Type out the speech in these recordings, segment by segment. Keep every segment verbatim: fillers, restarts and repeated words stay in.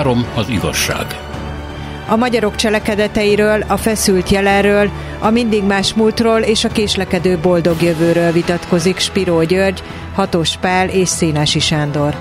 Három az igazság. A magyarok cselekedeteiről, a feszült jelenről, a mindig más múltról és a késlekedő boldog jövőről vitatkozik Spiró György, Hatos Pál és Szénási Sándor.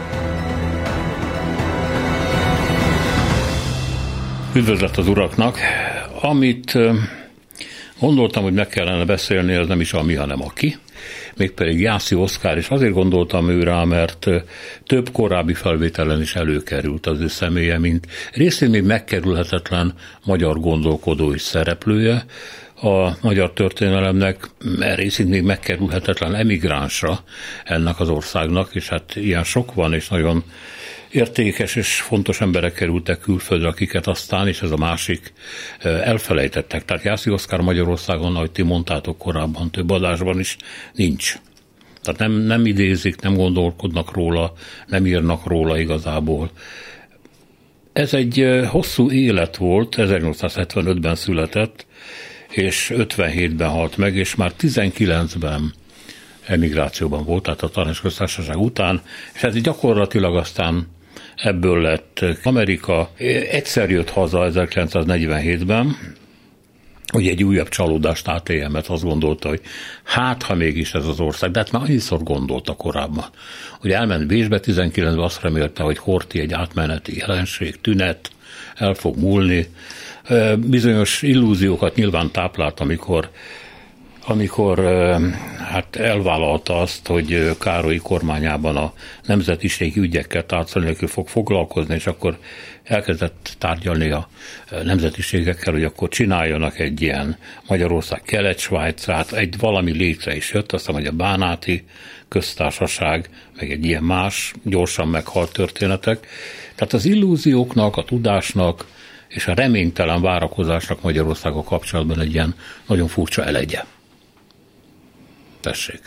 Üdvözlet az uraknak! Amit gondoltam, hogy meg kellene beszélni, ez nem is a mi, hanem aki. Mégpedig Jászai Oszkár, és azért gondoltam ő rá, mert több korábbi felvételen is előkerült az ő személye, mint részén még megkerülhetetlen magyar gondolkodó és szereplője a magyar történelemnek, mert részint még megkerülhetetlen emigránsra ennek az országnak, és hát ilyen sok van, és nagyon értékes és fontos emberek kerültek külföldre, akiket aztán, és ez a másik, elfelejtettek. Tehát Jászai Oszkár Magyarországon, ahogy ti mondtátok korábban, több adásban is, nincs. Tehát nem, nem idézik, nem gondolkodnak róla, nem írnak róla igazából. Ez egy hosszú élet volt, ezernyolcszázhetvenötben született, és ötvenhétben halt meg, és már tizenkilencben emigrációban volt, tehát a Tanácsköztársaság után, és ez gyakorlatilag aztán ebből lett Amerika. Egyszer jött haza ezerkilencszáznegyvenhétben, hogy egy újabb csalódást átéljen, mert azt gondolta, hogy hát, ha mégis ez az ország, de hát már annyiszor gondolta korábban, hogy elment Bécsbe tizenkilencben, azt remélte, hogy Horthy egy átmeneti jelenség, tünet, el fog múlni. Bizonyos illúziókat nyilván táplált, amikor amikor hát elvállalta azt, hogy Károly kormányában a nemzetiségi ügyekkel tárca nélkül fog foglalkozni, és akkor elkezdett tárgyalni a nemzetiségekkel, hogy akkor csináljanak egy ilyen Magyarország Kelet-Svájcát, egy valami létre is jött, aztán, hogy a Bánáti Köztársaság, meg egy ilyen más, gyorsan meghalt történetek. Tehát az illúzióknak, a tudásnak és a reménytelen várakozásnak Magyarországgal kapcsolatban egy ilyen nagyon furcsa elegye. Tessék.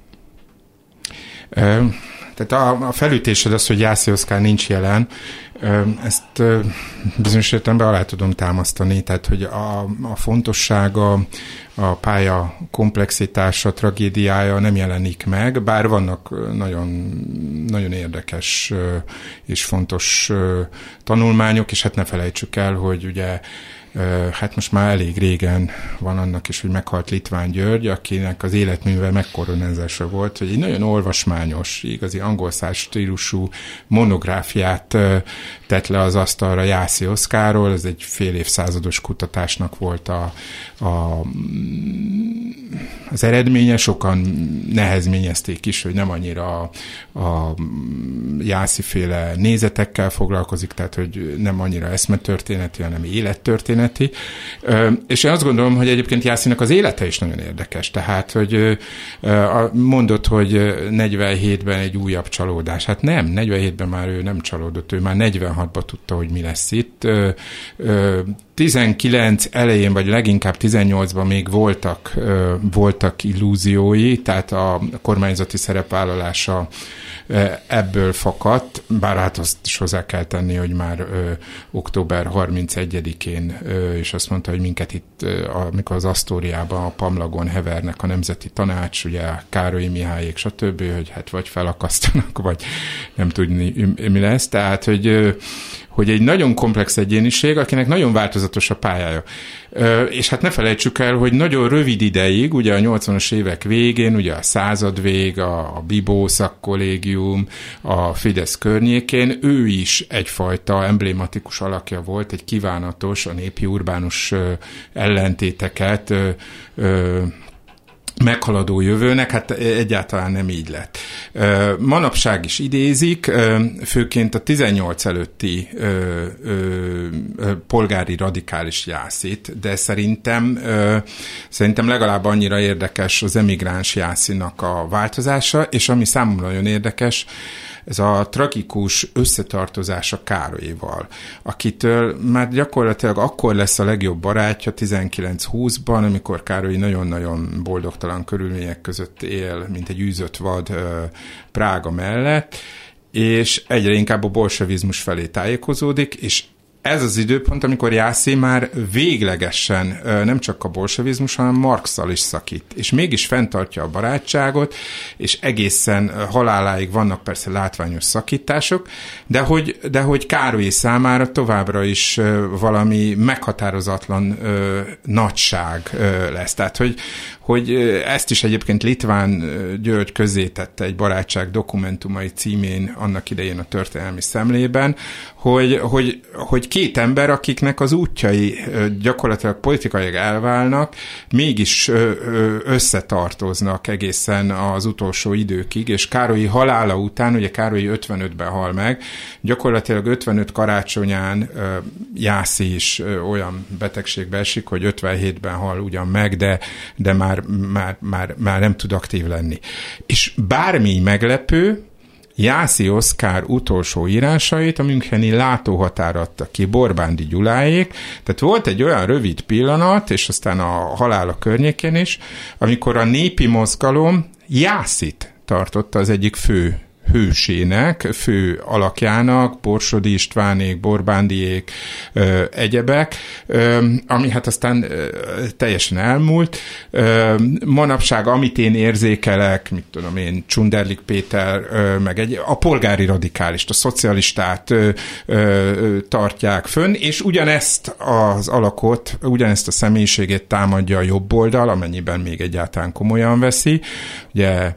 Ö, tehát a, a felütésed az, hogy Jászai Oszkár nincs jelen, ö, ezt ö, bizonyos értelemben alá tudom támasztani, tehát hogy a, a fontossága, a pálya komplexitása, tragédiája nem jelenik meg, bár vannak nagyon, nagyon érdekes és fontos tanulmányok, és hát ne felejtsük el, hogy ugye hát most már elég régen van annak is, hogy meghalt Litván György, akinek az életműve megkoronázása volt, hogy egy nagyon olvasmányos, igazi angolszász stílusú monográfiát tett le az asztalra Jászai Oszkárról, ez egy fél évszázados kutatásnak volt a, a, az eredménye, sokan nehezményezték is, hogy nem annyira a, a Jászai-féle nézetekkel foglalkozik, tehát hogy nem annyira eszmetörténeti, hanem élettörténeti. És én azt gondolom, hogy egyébként Jászainak az élete is nagyon érdekes, tehát, hogy mondott, hogy negyvenhétben egy újabb csalódás. Hát nem, negyvenhétben már ő nem csalódott, ő már negyvenhatban tudta, hogy mi lesz itt. tizenkilenc elején, vagy leginkább tizennyolcban még voltak, voltak illúziói, tehát a kormányzati szerepvállalása ebből fakadt, bár hát azt is hozzá kell tenni, hogy már ö, október harmincegyedikén, ö, és azt mondta, hogy minket itt, ö, amikor az Asztóriában, a Pamlagon hevernek a Nemzeti Tanács, ugye Károlyi Mihályék, stb., hogy hát vagy felakasztanak, vagy nem tudni, mi lesz. Tehát, hogy, ö, hogy egy nagyon komplex egyéniség, akinek nagyon változatos a pályája. Ö, és hát ne felejtsük el, hogy nagyon rövid ideig, ugye a nyolcvanas évek végén, ugye a századvég, a, a Bibó szakkollégium, a Fidesz környékén, ő is egyfajta emblématikus alakja volt, egy kívánatos, a népi urbánus ö, ellentéteket ö, ö, meghaladó jövőnek, hát egyáltalán nem így lett. Manapság is idézik, főként a tizennyolc előtti ö, ö, polgári radikális Jászait, de szerintem, ö, szerintem legalább annyira érdekes az emigráns Jászainak a változása, és ami számomra nagyon érdekes, ez a tragikus összetartozása Károlyéval, akitől már gyakorlatilag akkor lesz a legjobb barátja tizenkilenc húszban, amikor Károly nagyon-nagyon boldogtalan körülmények között él, mint egy űzött vad Prága mellett, és egyre inkább a bolsevizmus felé tájékozódik, és ez az időpont, amikor Jászé már véglegesen nem csak a bolsevizmus, hanem Marxszal is szakít. És mégis fenntartja a barátságot, és egészen haláláig vannak persze látványos szakítások, de hogy, de hogy Károly számára továbbra is valami meghatározatlan ö, nagyság ö, lesz. Tehát, hogy, hogy ezt is egyébként Litván György közzétette egy barátság dokumentumai címén annak idején a történelmi szemlében, hogy, hogy, hogy két ember, akiknek az útjai gyakorlatilag politikailag elválnak, mégis összetartoznak egészen az utolsó időkig, és Károlyi halála után, ugye Károlyi ötvenötben hal meg, gyakorlatilag ötvenöt karácsonyán Jászé is olyan betegségbe esik, hogy ötvenhétben hal ugyan meg, de, de már, már, már, már nem tud aktív lenni. És bármi meglepő, Jászé Oszkár utolsó írásait a müncheni látóhatár adta ki, Borbándi Gyuláék, tehát volt egy olyan rövid pillanat, és aztán a halála környékén is, amikor a népi mozgalom Jászét tartotta az egyik fő hősének, fő alakjának, Borsodi Istvánék, Borbándiék, ö, egyebek, ö, ami hát aztán ö, teljesen elmúlt. Ö, manapság, amit én érzékelek, mit tudom én, Csunderlik Péter, ö, meg egy, a polgári radikálist, a szocialistát ö, ö, tartják fönn, és ugyanezt az alakot, ugyanezt a személyiségét támadja a jobb oldal, amennyiben még egyáltalán komolyan veszi. Ugye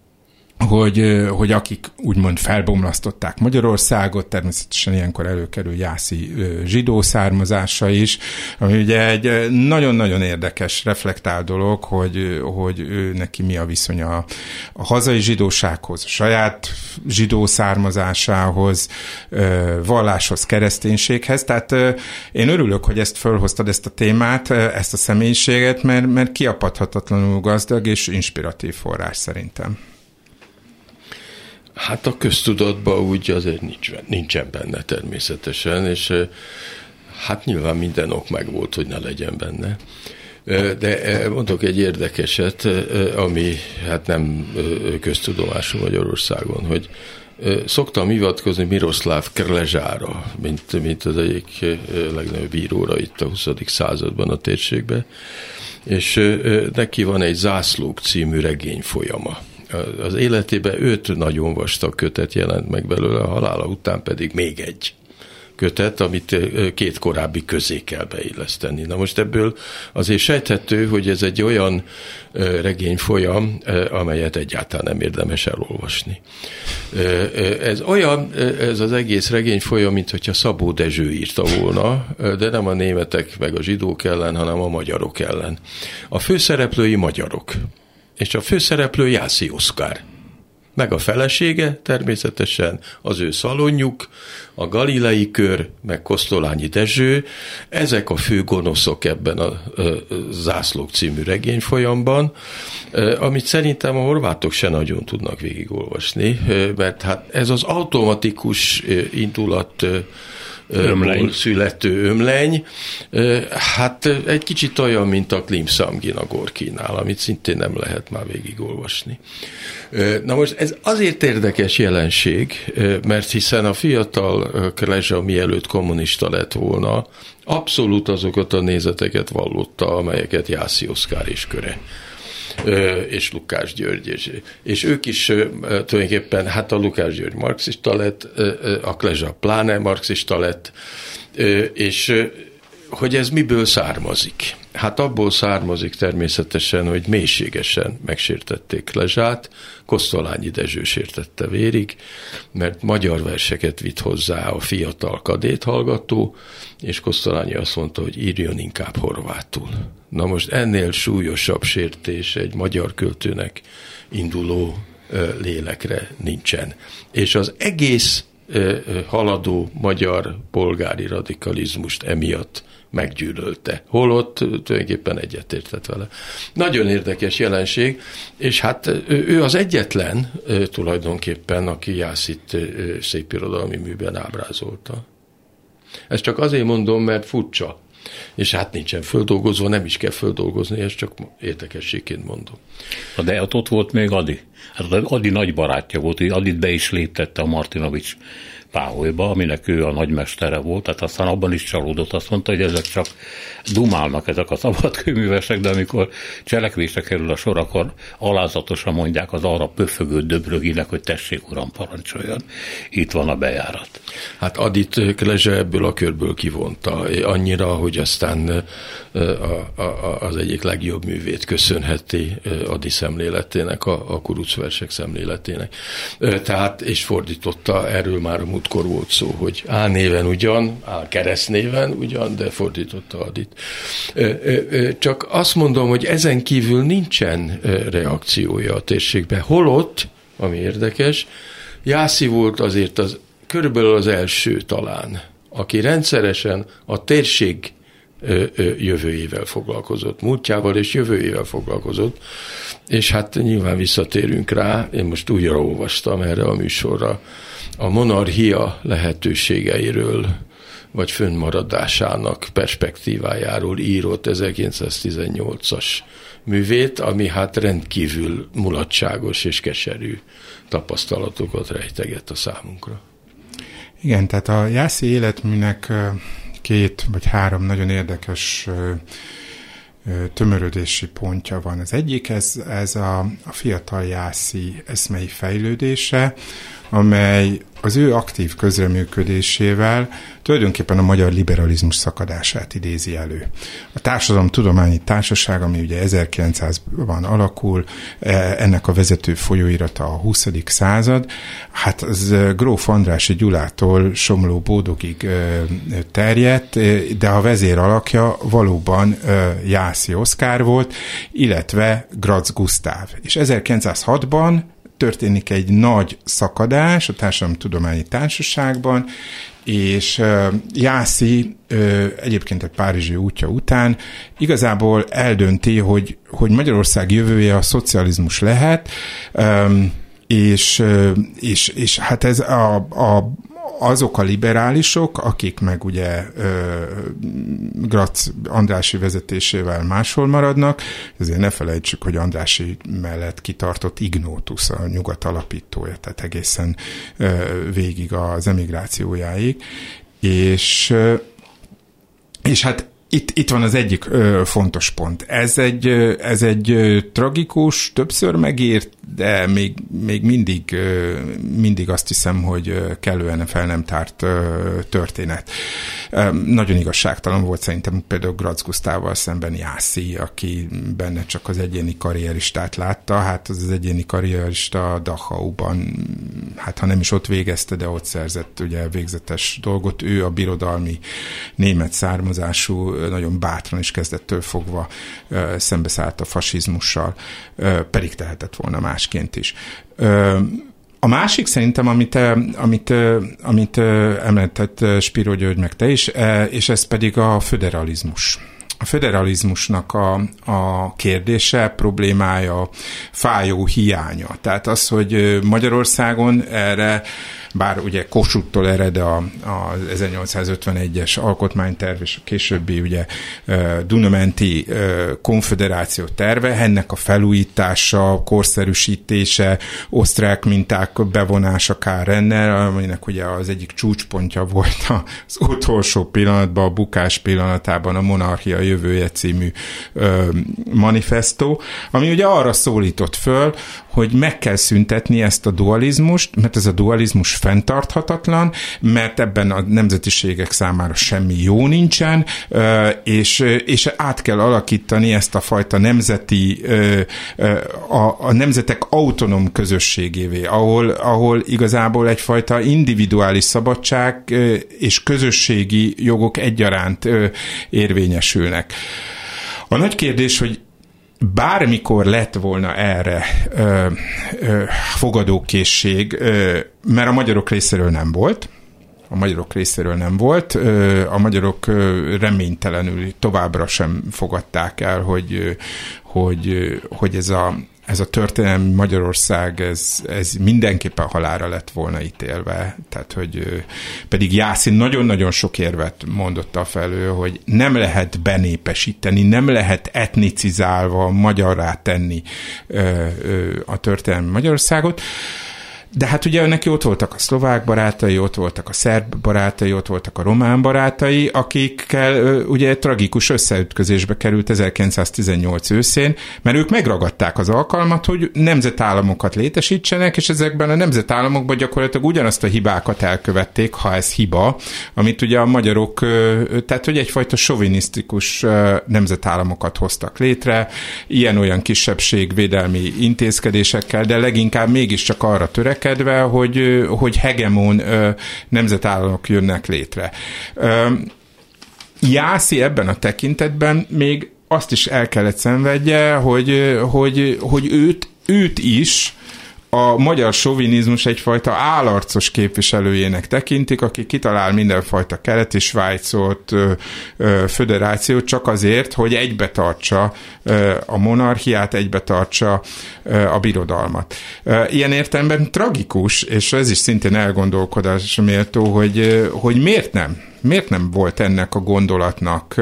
Hogy, hogy akik úgymond felbomlasztották Magyarországot, természetesen ilyenkor előkerül Jászé zsidó származása is, ami ugye egy nagyon-nagyon érdekes, reflektál dolog, hogy, hogy ő neki mi a viszonya a, a hazai zsidósághoz, a saját zsidó származásához, valláshoz, kereszténységhez. Tehát én örülök, hogy ezt fölhoztad, ezt a témát, ezt a személyiséget, mert, mert kiapadhatatlanul gazdag és inspiratív forrás szerintem. Hát a köztudatban úgy azért nincs, nincsen benne természetesen, és hát nyilván minden ok megvolt, hogy ne legyen benne. De mondok egy érdekeset, ami hát nem köztudomású Magyarországon, hogy szoktam hivatkozni Miroslav Krlezsára, mint, mint az egyik legnagyobb bíróra itt a huszadik században a térségben, és neki van egy Zászlók című regényfolyama. Az életében öt nagyon vastag kötet jelent meg belőle, a halála után pedig még egy kötet, amit két korábbi közé kell beilleszteni. Na most ebből azért sejthető, hogy ez egy olyan regényfolyam, amelyet egyáltalán nem érdemes elolvasni. Ez olyan, ez az egész regényfolyam, mint hogyha Szabó Dezső írta volna, de nem a németek meg a zsidók ellen, hanem a magyarok ellen. A főszereplői magyarok. És a főszereplő Jászé Oszkár. Meg a felesége természetesen, az ő szalonjuk, a Galilei kör, meg Kosztolányi Dezső, ezek a fő gonoszok ebben a, a, a Zászlók című regényfolyamban, amit szerintem a horvátok se nagyon tudnak végigolvasni, mert hát ez az automatikus indulat ömleny. Születő ömleny, hát egy kicsit olyan, mint a Klim Samgin a Gorkinál, amit szintén nem lehet már végigolvasni. Na most ez azért érdekes jelenség, mert hiszen a fiatal Krlezsa mielőtt kommunista lett volna, abszolút azokat a nézeteket vallotta, amelyeket Jászé Oszkár és köre. És Lukács György, és, és ők is tulajdonképpen, hát a Lukács György marxista lett, a Krlezsa pláne marxista lett, és hogy ez miből származik? Hát abból származik természetesen, hogy mélységesen megsértették Krlezsát, Kosztolányi Dezső sértette vérig, mert magyar verseket vitt hozzá a fiatal kadét hallgató, és Kosztolányi azt mondta, hogy írjon inkább horvátul. Na most ennél súlyosabb sértés egy magyar költőnek induló lélekre nincsen. És az egész haladó magyar polgári radikalizmust emiatt meggyűlölte. Holott tulajdonképpen egyetértett vele. Nagyon érdekes jelenség, és hát ő az egyetlen tulajdonképpen, aki Jászét szépirodalmi műben ábrázolta. Ezt csak azért mondom, mert furcsa. És hát nincsen földolgozva, nem is kell földolgozni, ezt csak érdekességként mondom. De ott volt még Ady. Hát Ady nagy barátja volt, hogy Adyt be is léptette a Martinovics Páholyba, aminek ő a nagymestere volt, tehát aztán abban is csalódott, azt mondta, hogy ezek csak dumálnak, ezek a szabadkőművesek, de amikor cselekvésre kerül a sor, akkor alázatosan mondják az arra pöfögő Döbröginek, hogy tessék, uram, parancsoljon, itt van a bejárat. Hát Adit Klezse ebből a körből kivonta, annyira, hogy aztán a, a, az egyik legjobb művét köszönheti Adi szemléletének, a, a kurucversek szemléletének. Tehát, és fordította, erről már a múltkor volt szó, hogy A néven ugyan, A keresztnéven ugyan, de fordította Adit. Csak azt mondom, hogy ezen kívül nincsen reakciója a térségben. Holott, ami érdekes, Jászi volt azért az, körülbelül az első talán, aki rendszeresen a térség jövőjével foglalkozott, múltjával és jövőjével foglalkozott, és hát nyilván visszatérünk rá, én most újra olvastam erre a műsorra, a monarchia lehetőségeiről, vagy fönnmaradásának perspektívájáról írott ezerkilencszáztizennyolcas művét, ami hát rendkívül mulatságos és keserű tapasztalatokat rejteget a számunkra. Igen, tehát a Jászi életműnek két vagy három nagyon érdekes tömörödési pontja van. Az egyik, ez, ez a, a fiatal Jászi eszmei fejlődése, amely az ő aktív közreműködésével tulajdonképpen a magyar liberalizmus szakadását idézi elő. A Társadalomtudományi Társaság, ami ugye ezerkilencszázban alakul, ennek a vezető folyóirata a huszadik század, hát az Gróf Andrássy Gyulától Somló Bódogig terjedt, de a vezér alakja valóban Jászi Oszkár volt, illetve Grac Gusztáv. És ezerkilencszázhatban történik egy nagy szakadás a Társadalomtudományi Társaságban, és uh, Jászi uh, egyébként egy párizsi útja után igazából eldönti, hogy, hogy Magyarország jövője a szocializmus lehet, um, és, uh, és, és hát ez a, a azok a liberálisok, akik meg ugye Grac Andrássy vezetésével máshol maradnak, ezért ne felejtsük, hogy Andrássy mellett kitartott Ignótusz, a Nyugat alapítója, tehát egészen ö, végig az emigrációjáig, és, és hát Itt, itt van az egyik ö, fontos pont. Ez egy, ö, ez egy ö, tragikus, többször megírt, de még, még mindig, ö, mindig azt hiszem, hogy ö, kellően fel nem tárt ö, történet. Ö, nagyon igazságtalan volt szerintem például Grac Gusztával szemben Jászi, aki benne csak az egyéni karrieristát látta. Hát az az egyéni karrierista Dachauban, hát ha nem is ott végezte, de ott szerzett ugye végzetes dolgot. Ő a birodalmi német származású, nagyon bátran is kezdettől fogva uh, szembeszállt a fasizmussal, uh, pedig tehetett volna másként is. Uh, a másik szerintem, amit, amit, amit említett Spiro György meg te is, és ez pedig a föderalizmus. A föderalizmusnak a, a kérdése, problémája, fájó hiánya. Tehát az, hogy Magyarországon erre, bár ugye Kossuth-tól ered a, a ezernyolcszázötvenegyes alkotmányterv és a későbbi ugye Dunamenti konföderáció terve, ennek a felújítása, korszerűsítése, osztrák minták bevonása Kárennel, aminek ugye az egyik csúcspontja volt az utolsó pillanatban, a bukás pillanatában a Monarchia jövője című ö, manifestó, ami ugye arra szólított föl, hogy meg kell szüntetni ezt a dualizmust, mert ez a dualizmus fenntarthatatlan, mert ebben a nemzetiségek számára semmi jó nincsen, és, és át kell alakítani ezt a fajta nemzeti, a, a nemzetek autonóm közösségévé, ahol, ahol igazából egyfajta individuális szabadság és közösségi jogok egyaránt érvényesülnek. A nagy kérdés, hogy bármikor lett volna erre ö, ö, fogadókészség, ö, mert a magyarok részéről nem volt, a magyarok részéről nem volt, ö, a magyarok ö, reménytelenül továbbra sem fogadták el, hogy, hogy, hogy ez a ez a történelmi Magyarország, ez, ez mindenképpen halálra lett volna ítélve. Tehát, hogy pedig Jászi nagyon-nagyon sok érvet mondott afelől, hogy nem lehet benépesíteni, nem lehet etnicizálva magyarrá tenni a történelmi Magyarországot. De hát ugye neki ott voltak a szlovák barátai, ott voltak a szerb barátai, ott voltak a román barátai, akikkel ugye tragikus összeütközésbe került ezerkilencszáztizennyolc őszén, mert ők megragadták az alkalmat, hogy nemzetállamokat létesítsenek, és ezekben a nemzetállamokban gyakorlatilag ugyanazt a hibákat elkövették, ha ez hiba, amit ugye a magyarok, tehát hogy egyfajta sovinisztikus nemzetállamokat hoztak létre, ilyen-olyan kisebbségvédelmi intézkedésekkel, de leginkább mégiscsak arra törekedve, hogy, hogy hegemon nemzetállamok jönnek létre. Jászi ebben a tekintetben még azt is el kellett szenvedje, hogy, hogy, hogy őt, őt is a magyar sovinizmus egyfajta állarcos képviselőjének tekintik, aki kitalál mindenfajta keleti Svájcot, föderációt csak azért, hogy egybetartsa a monarchiát, egybetartsa a birodalmat. Ilyen értelemben tragikus, és ez is szintén elgondolkodás méltó, hogy, hogy miért nem? Miért nem volt ennek a gondolatnak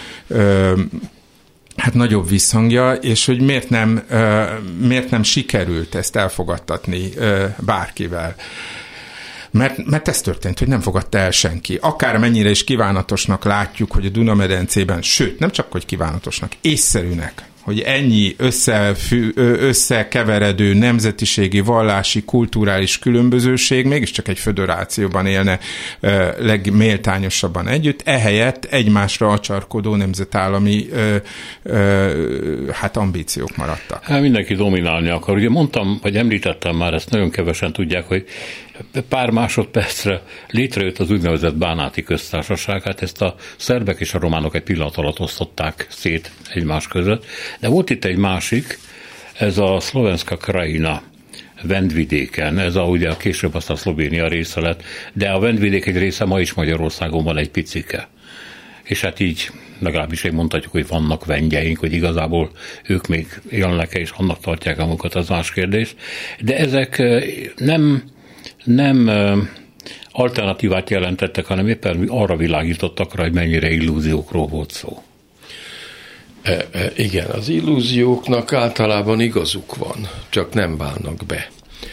hát nagyobb visszhangja, és hogy miért nem, uh, miért nem sikerült ezt elfogadtatni uh, bárkivel. Mert, mert ez történt, hogy nem fogadta el senki. Akármennyire is kívánatosnak látjuk, hogy a Duna-medencében, sőt, nem csak hogy kívánatosnak, észszerűnek, hogy ennyi összefű, összekeveredő nemzetiségi, vallási, kulturális különbözőség mégiscsak egy föderációban élne legméltányosabban együtt, ehelyett egymásra acsarkodó nemzetállami ö, ö, hát ambíciók maradtak. Hát mindenki dominálni akar. Ugye mondtam, vagy említettem már, ezt nagyon kevesen tudják, hogy pár másodpercre létrejött az úgynevezett Bánáti Köztársaság, hát ezt a szerbek és a románok egy pillanat alatt osztották szét egymás között, de volt itt egy másik, ez a Szlovenska Krajina Vendvidéken, ez a, ugye később aztán Szlovénia része lett, de a Vendvidék egy része ma is Magyarországon van egy picike. És hát így legalábbis én mondhatjuk, hogy vannak vendjeink, hogy igazából ők még élnek és annak tartják a magukat, az más kérdés. De ezek nem, nem alternatívát jelentettek, hanem éppen arra világítottak rá, hogy mennyire illúziókról volt szó. E, e, igen, az illúzióknak általában igazuk van, csak nem válnak be.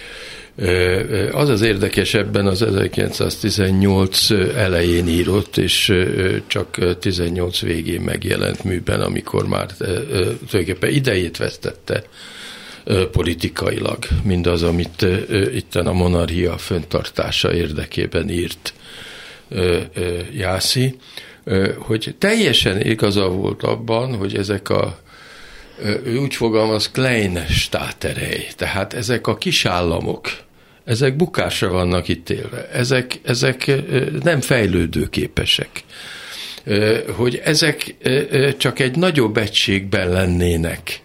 E, az az érdekes ebben az ezerkilencszáztizennyolc elején írott, és csak tizennyolc végén megjelent műben, amikor már tulajdonképpen idejét vesztette politikailag, mindaz, amit itten a monarchia fenntartása érdekében írt Jászi, hogy teljesen igaza volt abban, hogy ezek a, ő úgy fogalmaz, klein Staaterei, tehát ezek a kisállamok, ezek bukásra vannak ítélve, ezek, ezek nem fejlődőképesek, hogy ezek csak egy nagyobb egységben lennének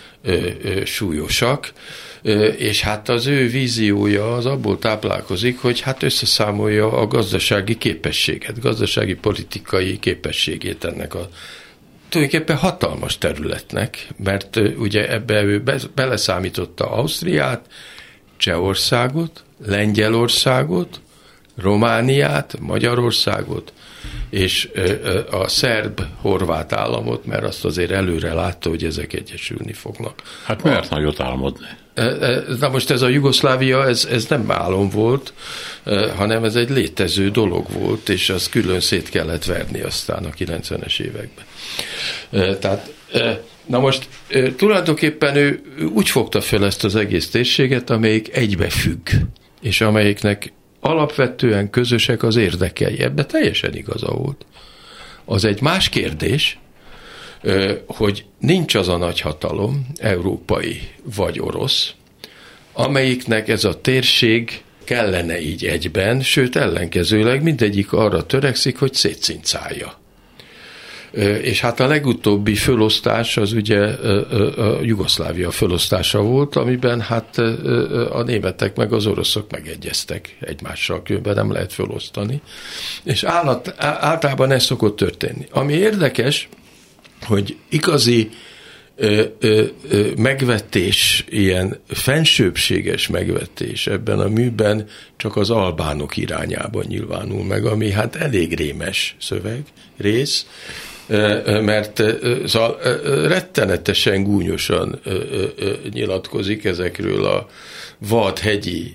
súlyosak, és hát az ő víziója az abból táplálkozik, hogy hát összeszámolja a gazdasági képességet, gazdasági politikai képességét ennek a tulajdonképpen hatalmas területnek, mert ugye ebbe ő beleszámította Ausztriát, Csehországot, Lengyelországot, Romániát, Magyarországot, és a szerb-horvát államot, mert azt azért előre látta, hogy ezek egyesülni fognak. Hát miért nagyot álmodni? Na most ez a Jugoszlávia, ez, ez nem álom volt, hanem ez egy létező dolog volt, és az külön szét kellett verni aztán a kilencvenes években. Tehát, na most tulajdonképpen ő úgy fogta fel ezt az egész térséget, amelyik egybefügg, és amelyiknek alapvetően közösek az érdekei. Ebben teljesen igaza volt. Az egy más kérdés, hogy nincs az a nagy hatalom, európai vagy orosz, amelyiknek ez a térség kellene így egyben, sőt ellenkezőleg mindegyik arra törekszik, hogy szétszincálja. És hát a legutóbbi fölosztás az ugye a Jugoszlávia fölosztása volt, amiben hát a németek meg az oroszok megegyeztek egymással, különben nem lehet fölosztani. És állat, általában ez szokott történni. Ami érdekes, hogy igazi ö, ö, ö, megvetés, ilyen fensőbbséges megvetés ebben a műben csak az albánok irányában nyilvánul meg, ami hát elég rémes szöveg, rész, mert szóval rettenetesen gúnyosan nyilatkozik ezekről a vadhegyi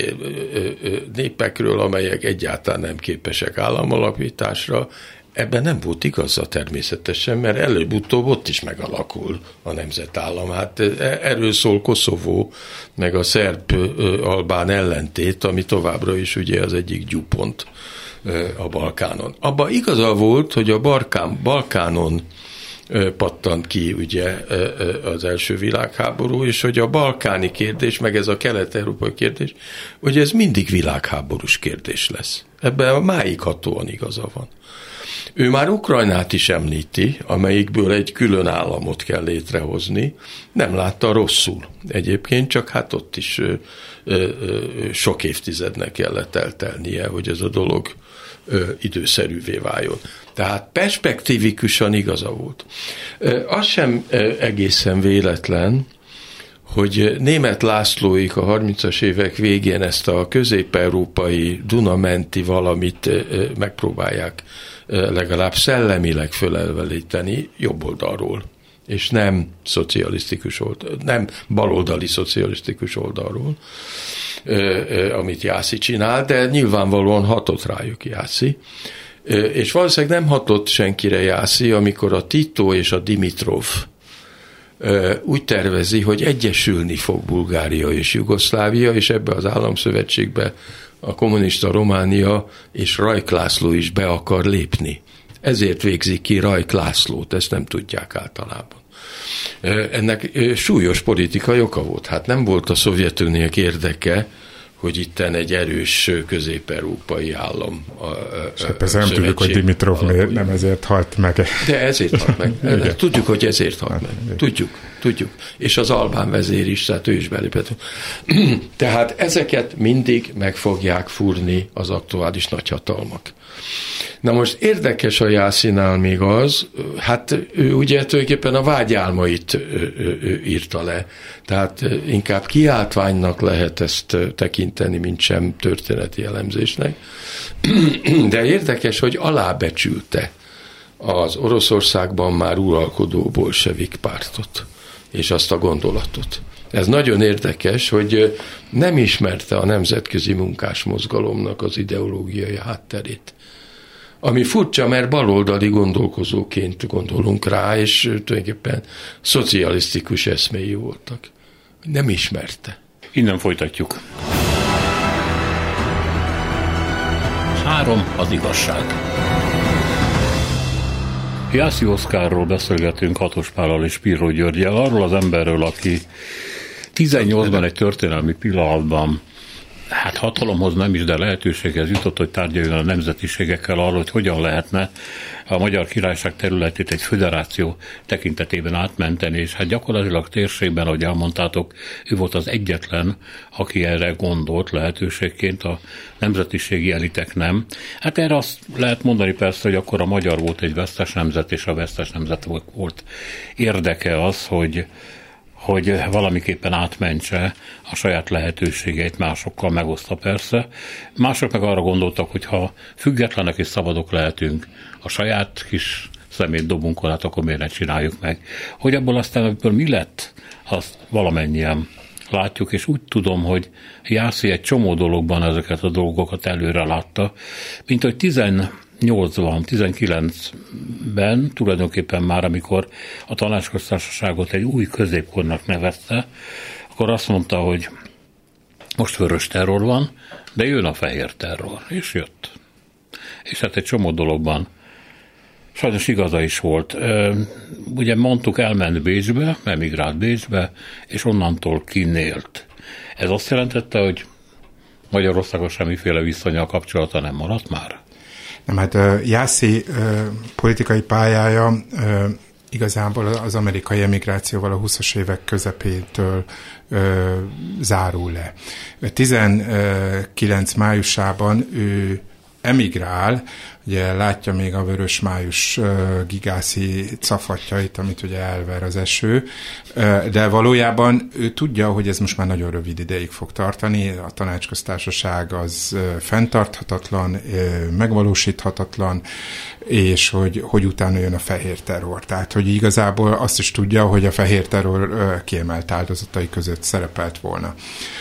népekről, amelyek egyáltalán nem képesek államalapításra. Ebben nem volt igaza természetesen, mert előbb-utóbb ott is megalakul a nemzetállam. Hát erről szól Koszovó, meg a szerb-albán ellentét, ami továbbra is ugye az egyik gyúpont a Balkánon. Abban igaza volt, hogy a Balkán, Balkánon pattant ki ugye az első világháború, és hogy a balkáni kérdés, meg ez a kelet-európai kérdés, hogy ez mindig világháborús kérdés lesz. Ebben a máig hatóan igaza van. Ő már Ukrajnát is említi, amelyikből egy külön államot kell létrehozni. Nem látta rosszul. Egyébként csak hát ott is ö, ö, sok évtizednek kellett eltelnie, hogy ez a dolog ö, időszerűvé váljon. Tehát perspektívikusan igaza volt. Ö, az sem ö, egészen véletlen, hogy Németh Lászlóik a harmincas évek végén ezt a közép-európai Duna-menti valamit ö, megpróbálják legalább szellemileg fölelvelíteni jobb oldalról, és nem szocialisztikus oldalról, nem baloldali szocialisztikus oldalról, amit Jászi csinál, de nyilvánvalóan hatott rájuk Jászi. És valószínűleg nem hatott senkire Jászi, amikor a Tito és a Dimitrov úgy tervezi, hogy egyesülni fog Bulgária és Jugoszlávia, és ebbe az államszövetségbe a kommunista Románia és Rajk László is be akar lépni. Ezért végzik ki Rajk Lászlót, ezt nem tudják általában. Ennek súlyos politikai oka volt. Hát nem volt a Szovjetuniók érdeke, hogy itten egy erős közép-európai állam. Hát nem tudjuk, hogy Dimitrov miért nem ezért halt meg. De ezért halt meg. Igen. Tudjuk, hogy ezért halt hát, meg. Igen. Tudjuk, tudjuk. És az albán vezér is, tehát ő is belépett. Tehát ezeket mindig meg fogják fúrni az aktuális nagyhatalmak. Na most érdekes a Jászinál még az, hát ő ugye tulajdonképpen a vágyálmait ő, ő, ő írta le. Tehát inkább kiáltványnak lehet ezt tekinteni, mint sem történeti elemzésnek. De érdekes, hogy alábecsülte az Oroszországban már uralkodó bolsevik pártot, és azt a gondolatot. Ez nagyon érdekes, hogy nem ismerte a nemzetközi munkásmozgalomnak az ideológiai hátterét. Ami furcsa, mert baloldali gondolkozóként gondolunk rá, és tulajdonképpen szocialisztikus eszméi voltak. Nem ismerte. Innen folytatjuk. Három az igazság. Jászi Oszkárról beszélgetünk Hatos Pállal és Pirró Györggyel, arról az emberről, aki tizennyolcban egy történelmi pillanatban hát hatalomhoz nem is, de lehetőséghez jutott, hogy tárgyaljon a nemzetiségekkel arról, hogy hogyan lehetne a Magyar Királyság területét egy föderáció tekintetében átmenteni, és hát gyakorlatilag térségben, ahogy elmondtátok, ő volt az egyetlen, aki erre gondolt lehetőségként, a nemzetiségi elitek nem. Hát erre azt lehet mondani persze, hogy akkor a magyar volt egy vesztes nemzet, és a vesztes nemzet volt érdeke az, hogy hogy valamiképpen átmentse a saját lehetőségeit, másokkal megoszta persze. Mások meg arra gondoltak, hogy ha függetlenek és szabadok lehetünk, a saját kis szemét dobunkon, hát akkor miért ne csináljuk meg. Hogy abból aztán ebből mi lett, azt valamennyien látjuk, és úgy tudom, hogy Jászi egy csomó dologban ezeket a dolgokat előre látta, mint hogy tizennyolcban, tizenkilencben tulajdonképpen már, amikor a Tanácsköztársaságot egy új középkornak nevezte, akkor azt mondta, hogy most vörös terror van, de jön a fehér terror, és jött. És hát egy csomó dologban sajnos igaza is volt. Ugye mondtuk, elment Bécsbe, emigrált Bécsbe, és onnantól kinélt. Ez azt jelentette, hogy Magyarországon semmiféle viszonya, kapcsolata nem maradt már? Nem, hát Jászi politikai pályája igazából az amerikai emigrációval a huszas évek közepétől zárul le. tizenkilenc májusában ő emigrál, ugye látja még a vörösmájus gigászi cafatjait, amit ugye elver az eső, de valójában ő tudja, hogy ez most már nagyon rövid ideig fog tartani, a tanácsköztársaság az fenntarthatatlan, megvalósíthatatlan, és hogy, hogy utána jön a fehér terror. Tehát, hogy igazából azt is tudja, hogy a fehér terror kiemelt áldozatai között szerepelt volna.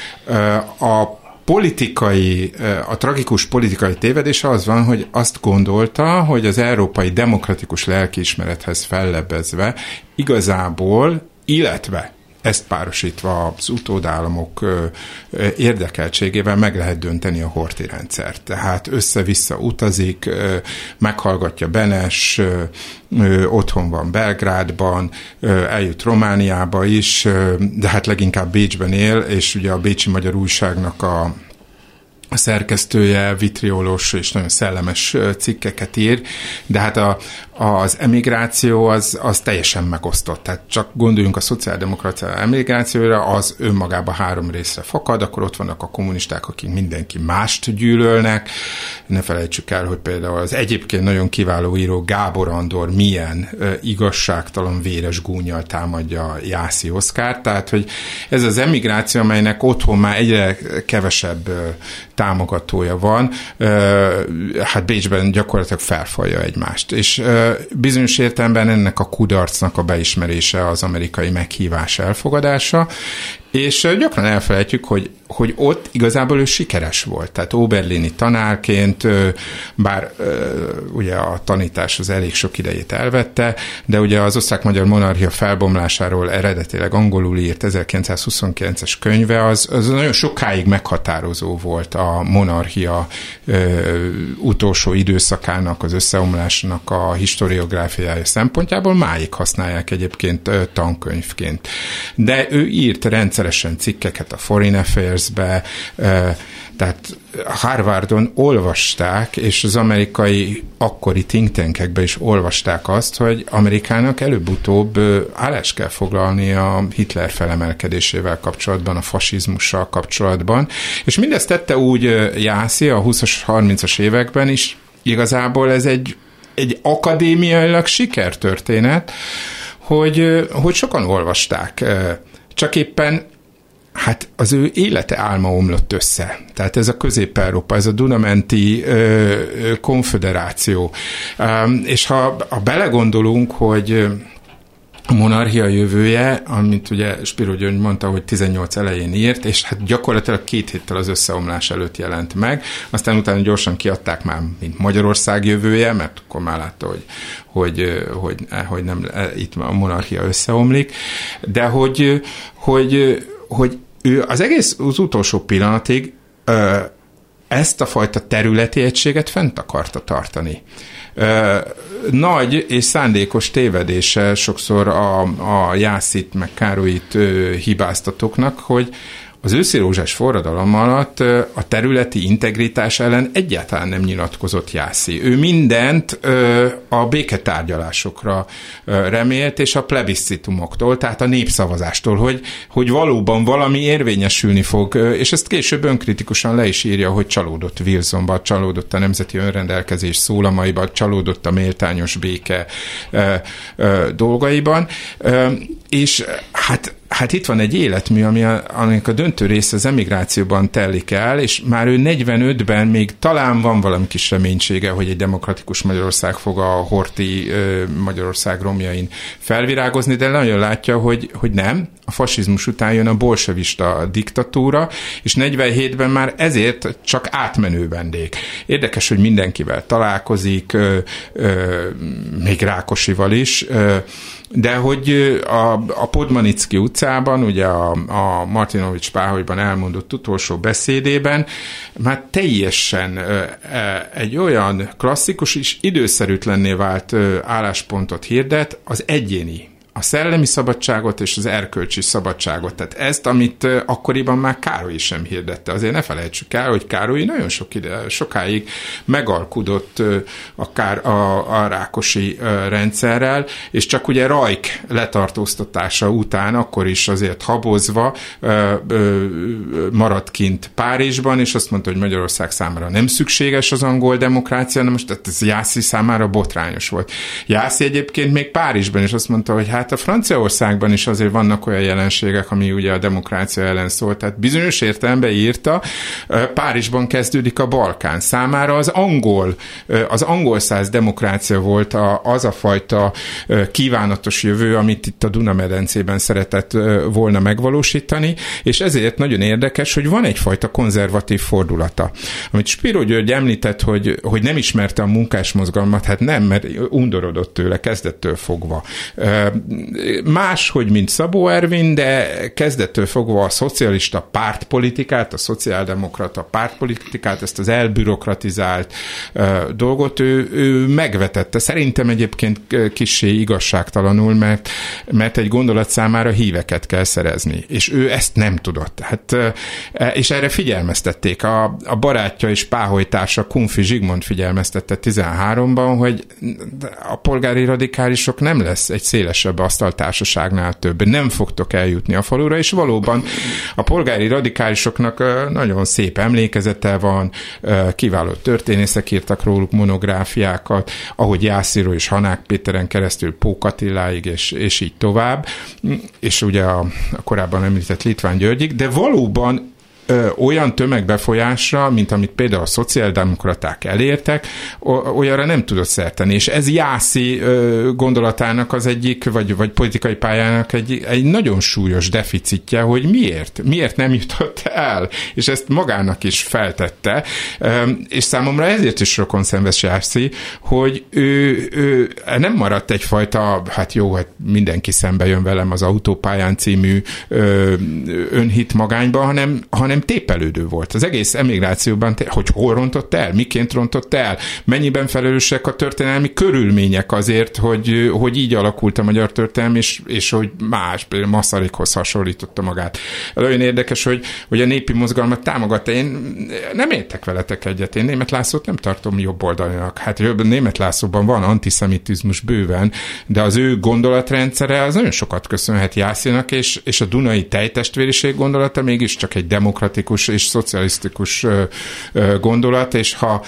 A politikai, a tragikus politikai tévedése az van, hogy azt gondolta, hogy az európai demokratikus lelkiismerethez fellebbezve igazából, illetve ezt párosítva az utódállamok érdekeltségével meg lehet dönteni a Horthy rendszert. Tehát össze-vissza utazik, meghallgatja Benes, otthon van Belgrádban, eljut Romániába is, de hát leginkább Bécsben él, és ugye a Bécsi Magyar Újságnak a a szerkesztője vitriolos és nagyon szellemes cikkeket ír, de hát a, az emigráció az, az teljesen megosztott. Tehát csak gondoljunk a szociáldemokracia emigrációra, az önmagában három részre fakad, akkor ott vannak a kommunisták, akik mindenki mást gyűlölnek. Ne felejtsük el, hogy például az egyébként nagyon kiváló író Gábor Andor milyen uh, igazságtalan véres gúnnyal támadja Jászi Oszkárt. Tehát, hogy ez az emigráció, amelynek otthon már egyre kevesebb uh, támogatója van, hát Bécsben gyakorlatilag felfalja egymást. És bizonyos értelemben ennek a kudarcnak a beismerése az amerikai meghívás elfogadása, és gyakran elfelejtjük, hogy, hogy ott igazából ő sikeres volt. Tehát oberlini tanárként, bár ugye a tanítás az elég sok idejét elvette, de ugye az osztrák-magyar monarchia felbomlásáról eredetileg angolul írt ezerkilencszázhuszonkilences könyve, az, az nagyon sokáig meghatározó volt a monarchia utolsó időszakának, az összeomlásnak a historiográfiája szempontjából, máig használják egyébként tankönyvként. De ő írt rendszeresen cikkeket a Foreign Affairs-be, tehát Harvardon olvasták, és az amerikai akkori think tankekben is olvasták azt, hogy Amerikának előbb-utóbb állást kell foglalni a Hitler felemelkedésével kapcsolatban, a fasizmussal kapcsolatban, és mindezt tette úgy Jászi a húszas, harmincas években is, igazából ez egy, egy akadémiailag sikertörténet, hogy, hogy sokan olvasták, csak éppen hát az ő élete álma omlott össze. Tehát ez a Közép-Európa, ez a Dunamenti ö, konföderáció. Um, és ha, ha belegondolunk, hogy a monarchia jövője, amit ugye Spiro György mondta, hogy tizennyolc elején írt, és hát gyakorlatilag két héttel az összeomlás előtt jelent meg. Aztán utána gyorsan kiadták már, mint Magyarország jövője, mert akkor már látta, hogy, hogy, hogy, hogy nem, itt a monarchia összeomlik. De hogy, hogy, hogy ő az egész az utolsó pillanatig ö, ezt a fajta területi egységet fent akarta tartani. Ö, nagy és szándékos tévedése sokszor a, a Jászit meg Károlyt ö, hibáztatóknak, hogy az őszirózsás forradalom alatt a területi integritás ellen egyáltalán nem nyilatkozott Jászi. Ő mindent ö, a béketárgyalásokra ö, remélt, és a plebiscitumoktól, tehát a népszavazástól, hogy, hogy valóban valami érvényesülni fog, ö, és ezt később önkritikusan le is írja, hogy csalódott Wilsonba, csalódott a nemzeti önrendelkezés szólamaiba, csalódott a méltányos béke ö, ö, dolgaiban, ö, és hát Hát itt van egy életmű, ami a, aminek a döntő része az emigrációban telik el, és már ő negyvenötben még talán van valami kis reménysége, hogy egy demokratikus Magyarország fog a Horthy Magyarország romjain felvirágozni, de nagyon látja, hogy, hogy nem. A fasizmus után jön a bolsevista diktatúra, és negyvenhétben már ezért csak átmenő vendég. Érdekes, hogy mindenkivel találkozik, ö, ö, még Rákosival is, ö, de hogy a, a Podmanicki utcában, ugye a, a Martinovics Páholyban elmondott utolsó beszédében már teljesen ö, egy olyan klasszikus és időszerűtlenné vált ö, álláspontot hirdet az egyéni, a szellemi szabadságot és az erkölcsi szabadságot. Tehát ezt, amit akkoriban már Károly sem hirdette. Azért ne felejtsük el, hogy Károly nagyon sok ide, sokáig megalkudott a, kár, a, a Rákosi rendszerrel, és csak ugye Rajk letartóztatása után akkor is azért habozva maradt kint Párizsban, és azt mondta, hogy Magyarország számára nem szükséges az angol demokrácia, na most tehát ez Jászai számára botrányos volt. Jászai egyébként még Párizsban is azt mondta, hogy hát a Franciaországban is azért vannak olyan jelenségek, ami ugye a demokrácia ellen szól, tehát bizonyos értelemben írta, Párizsban kezdődik a Balkán. Számára az angol, az angol száz demokrácia volt a, az a fajta kívánatos jövő, amit itt a Duna-medencében szeretett volna megvalósítani, és ezért nagyon érdekes, hogy van egyfajta konzervatív fordulata. Amit Spiro György említett, hogy, hogy nem ismerte a munkásmozgalmat, hát nem, mert undorodott tőle kezdettől fogva. Máshogy, mint Szabó Ervin, de kezdettől fogva a szocialista pártpolitikát, a szociáldemokrata pártpolitikát, ezt az elbürokratizált dolgot ő, ő megvetette. Szerintem egyébként kissé igazságtalanul, mert, mert egy gondolat számára híveket kell szerezni, és ő ezt nem tudott. Hát, és erre figyelmeztették. A, a barátja és páholytársa Kunfi Zsigmond figyelmeztette tizenháromban, hogy a polgári radikálisok nem lesz egy szélesebb asztaltársaságnál több. Nem fogtok eljutni a falura, és valóban a polgári radikálisoknak nagyon szép emlékezete van, kiváló történészek írtak róluk monográfiákat, ahogy Jászairól és Hanák Péteren keresztül Pók Attiláig, és, és így tovább, és ugye a, a korábban említett Litván Györgyig, de valóban ö, olyan tömegbefolyásra, mint amit például a szociáldemokraták elértek, olyanra nem tudott szerteni, és ez Jászai ö, gondolatának az egyik, vagy, vagy politikai pályának egy, egy nagyon súlyos deficitje, hogy miért? Miért nem jutott el? És ezt magának is feltette, ö, és számomra ezért is rokonszenves Jászai, hogy ő, ő nem maradt egyfajta, hát jó, hát mindenki szembe jön velem az Autópályán című ö, önhit magányba, hanem, hanem tépelődő volt. Az egész emigrációban, hogy hol rontott el, miként rontott el, mennyiben felelősek a történelmi körülmények azért, hogy, hogy így alakult a magyar történelem, és, és hogy más, például Masarykhoz hasonlította magát. Olyan érdekes, hogy, hogy a népi mozgalmat támogatta. Én nem értek veletek egyet. Én Németh Lászlót nem tartom jobboldalinak. Hát Németh Lászlóban van antiszemitizmus bőven, de az ő gondolatrendszere az nagyon sokat köszönhet Jászainak, és, és a dunai tejtestvériség gondolata mégiscsak egy demokratikus és szocialisztikus gondolat, és ha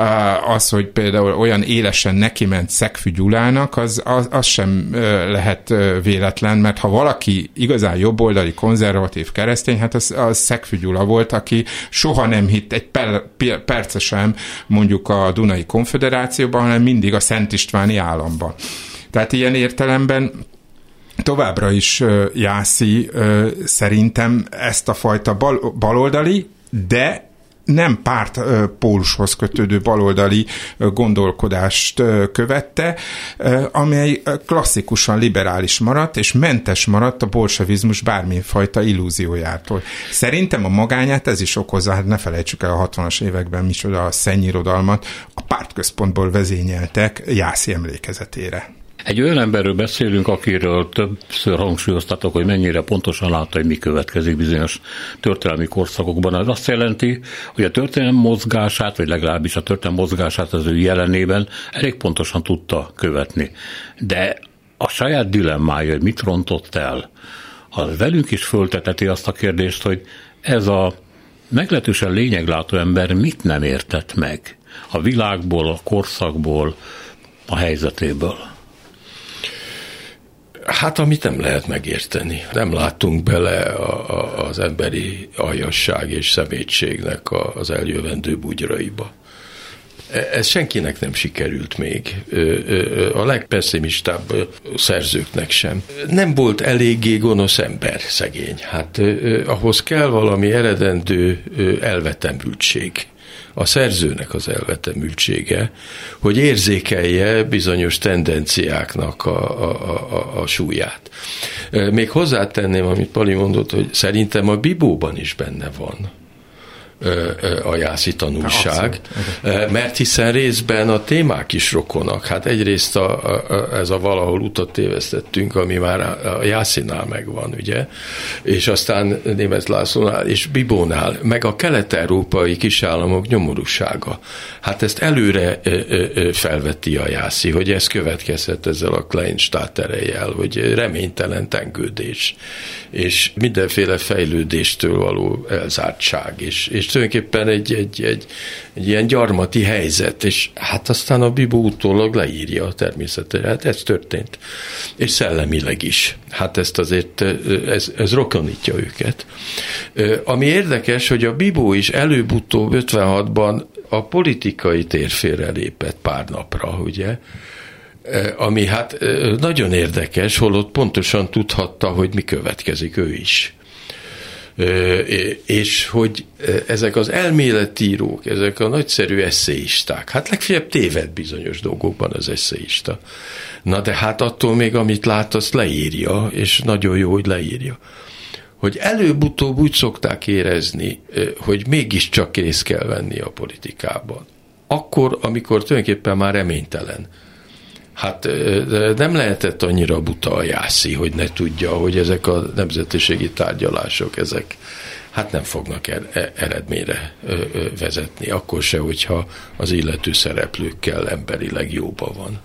az, hogy például olyan élesen nekiment Szegfű Gyulának, az, az, az sem lehet véletlen, mert ha valaki igazán jobboldali, konzervatív keresztény, hát az, az Szegfű Gyula volt, aki soha nem hitt egy per, perce sem mondjuk a Dunai Konföderációban, hanem mindig a Szent Istváni államban. Tehát ilyen értelemben továbbra is Jászai szerintem ezt a fajta bal, baloldali, de nem párt pólushoz kötődő baloldali gondolkodást követte, amely klasszikusan liberális maradt, és mentes maradt a bolsevizmus bármifajta illúziójától. Szerintem a magányát ez is okozza, hát ne felejtsük el a hatvanas években micsoda a szennyirodalmat a pártközpontból vezényeltek Jászai emlékezetére. Egy olyan emberről beszélünk, akiről többször hangsúlyoztatok, hogy mennyire pontosan látta, hogy mi következik bizonyos történelmi korszakokban. Ez azt jelenti, hogy a történelem mozgását, vagy legalábbis a történelem mozgását az ő jelenében elég pontosan tudta követni. De a saját dilemmája, hogy mit rontott el, az velünk is fölteteti azt a kérdést, hogy ez a meglehetősen lényeglátó ember mit nem értett meg a világból, a korszakból, a helyzetéből. Hát, amit nem lehet megérteni. Nem láttunk bele a, a, az emberi aljasság és szemétségnek a, az eljövendő bugyraiba. Ez senkinek nem sikerült még, a legpesszimistább szerzőknek sem. Nem volt eléggé gonosz ember, szegény. Hát ahhoz kell valami eredendő elvetemültség. A szerzőnek az elvetemültsége, hogy érzékelje bizonyos tendenciáknak a, a, a, a súlyát. Még hozzátenném, amit Pali mondott, hogy szerintem a Bibóban is benne van a jászi tanulság, mert hiszen részben a témák is rokonak. Hát egyrészt a, a, ez a valahol utat tévesztettünk, ami már a Jászinál megvan, ugye, és aztán Németh Lászlónál és Bibónál, meg a kelet-európai kisállamok nyomorúsága. Hát ezt előre felvetti a Jászi, hogy ez következhet ezzel a Kleinstadt erejjel, hogy reménytelen tengődés, és mindenféle fejlődéstől való elzártság, és, és tulajdonképpen egy, egy, egy, egy ilyen gyarmati helyzet, és hát aztán a Bibó utólag leírja természetesen, hát ez történt. És szellemileg is. Hát ezt azért, ez, ez rokonítja őket. Ami érdekes, hogy a Bibó is előbb-utóbb ötvenhatban a politikai térfélre lépett pár napra, ugye, ami hát nagyon érdekes, holott pontosan tudhatta, hogy mi következik ő is. És hogy ezek az elméletírók, ezek a nagyszerű eszéisták, hát legfeljebb téved bizonyos dolgokban az eszéista. Na de hát attól még, amit lát, azt leírja, és nagyon jó, hogy leírja. Hogy előbb-utóbb úgy szokták érezni, hogy mégiscsak részt kell venni a politikában. Akkor, amikor tulajdonképpen már reménytelen. Hát nem lehetett annyira buta a Jászi, hogy ne tudja, hogy ezek a nemzetiségi tárgyalások, ezek hát nem fognak eredményre vezetni, akkor se, hogyha az illető szereplőkkel emberileg jóban van.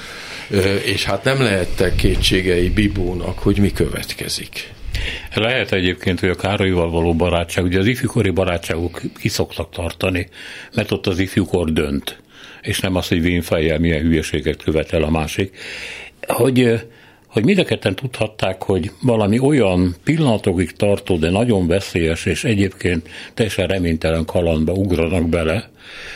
És hát nem lehettek kétségei Bibónak, hogy mi következik. Lehet egyébként, hogy a Károlyval való barátság, ugye az ifjúkori barátságok ki szoktak tartani, mert ott az ifjúkor dönt, és nem az, hogy vénfejjel milyen hülyeséget követel a másik, hogy, hogy mindenketten tudhatták, hogy valami olyan pillanatokig tartó, de nagyon veszélyes, és egyébként teljesen reménytelen kalandba ugranak bele,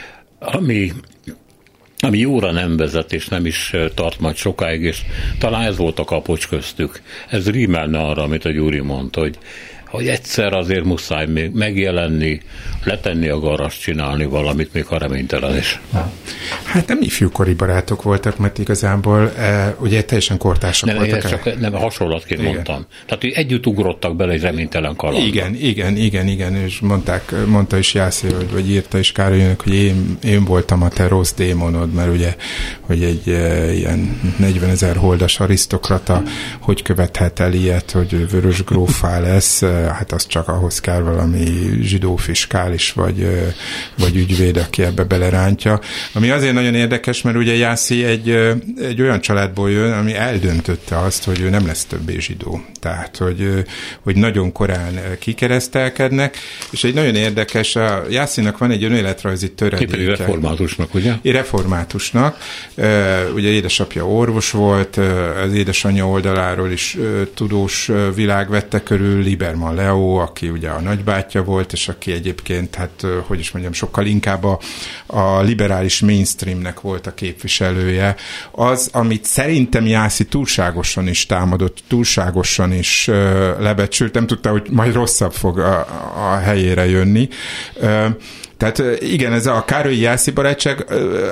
ami, ami jóra nem vezet, és nem is tart majd sokáig, és talán ez volt a kapocs köztük. Ez rímelne arra, amit a Gyuri mondta, hogy hogy egyszer azért muszáj még megjelenni, letenni a garast, csinálni valamit, még ha reménytelen is. Hát nem ifjúkori barátok voltak, mert igazából e, ugye teljesen kortársak nem, voltak. Csak nem, hasonlatként igen. mondtam. Tehát, hogy együtt ugrottak bele egy reménytelen kalandba. Igen, igen, igen, igen, és mondták, mondta is Jászi, vagy, vagy írta is Károlynak, hogy én, én voltam a te rossz démonod, mert ugye, hogy egy e, ilyen negyvenezer holdas arisztokrata, hogy követhet el ilyet, hogy vörös gróffá lesz, hát az csak ahhoz kell valami zsidó fiskális, vagy, vagy ügyvéd, aki ebbe belerántja. Ami azért nagyon érdekes, mert ugye Jászi egy, egy olyan családból jön, ami eldöntötte azt, hogy ő nem lesz többé zsidó. Tehát, hogy, hogy nagyon korán kikeresztelkednek, és egy nagyon érdekes, a Jászinak van egy önéletrajzi töredéke. Éppen reformátusnak, ugye? Reformátusnak. Ugye édesapja orvos volt, az édesanyja oldaláról is tudós világ vette körül, Lieberman Leo, aki ugye a nagybátyja volt, és aki egyébként, hát, hogy is mondjam, sokkal inkább a, a liberális mainstreamnek volt a képviselője. Az, amit szerintem Jászi túlságosan is támadott, túlságosan is uh, lebecsült, nem tudta, hogy majd rosszabb fog a, a helyére jönni. Uh, Tehát igen, ez a Károlyi Jászi barátság,